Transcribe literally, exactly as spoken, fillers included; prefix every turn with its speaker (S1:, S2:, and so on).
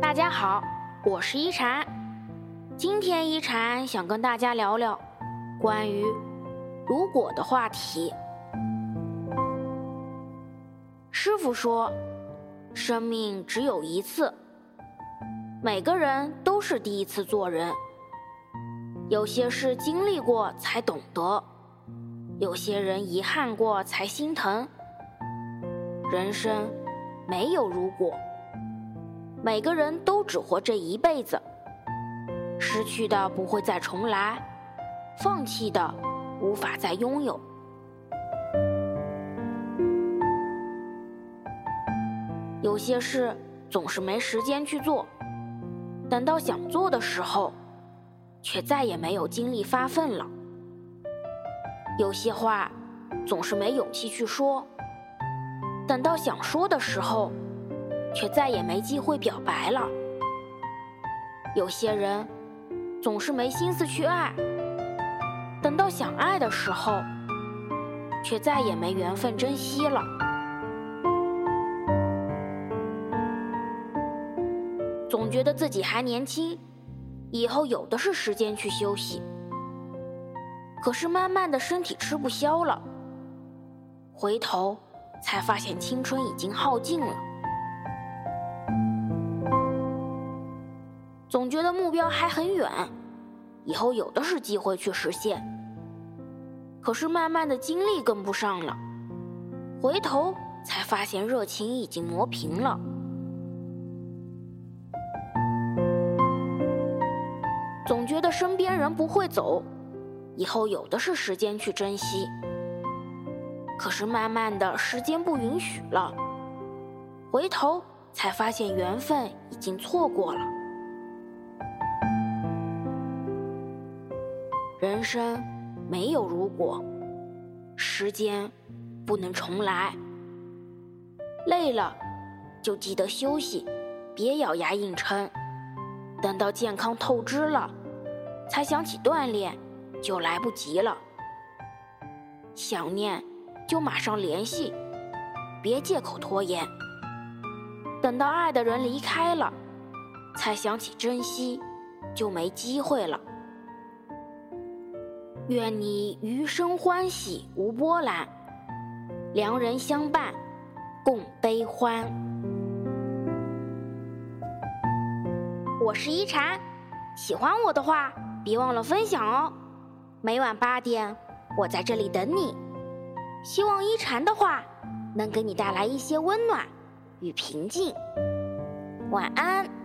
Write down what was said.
S1: 大家好，我是一禅。今天一禅想跟大家聊聊关于如果的话题。师父说，生命只有一次，每个人都是第一次做人。有些事经历过才懂得，有些人遗憾过才心疼。人生没有如果，每个人都只活这一辈子，失去的不会再重来，放弃的无法再拥有。有些事总是没时间去做，等到想做的时候，却再也没有精力发奋了。有些话总是没勇气去说，等到想说的时候，却再也没机会表白了。有些人总是没心思去爱，等到想爱的时候，却再也没缘分珍惜了。总觉得自己还年轻，以后有的是时间去休息。可是慢慢的身体吃不消了，回头才发现青春已经耗尽了。总觉得目标还很远，以后有的是机会去实现。可是慢慢的精力跟不上了，回头才发现热情已经磨平了。总觉得身边人不会走，以后有的是时间去珍惜。可是慢慢的时间不允许了，回头才发现缘分已经错过了。人生没有如果，时间不能重来。累了就记得休息，别咬牙硬撑。等到健康透支了，才想起锻炼，就来不及了。想念就马上联系，别借口拖延。等到爱的人离开了，才想起珍惜，就没机会了。愿你余生欢喜无波澜，良人相伴共悲欢。我是一禅，喜欢我的话别忘了分享哦。每晚八点我在这里等你，希望一禅的话能给你带来一些温暖与平静。晚安。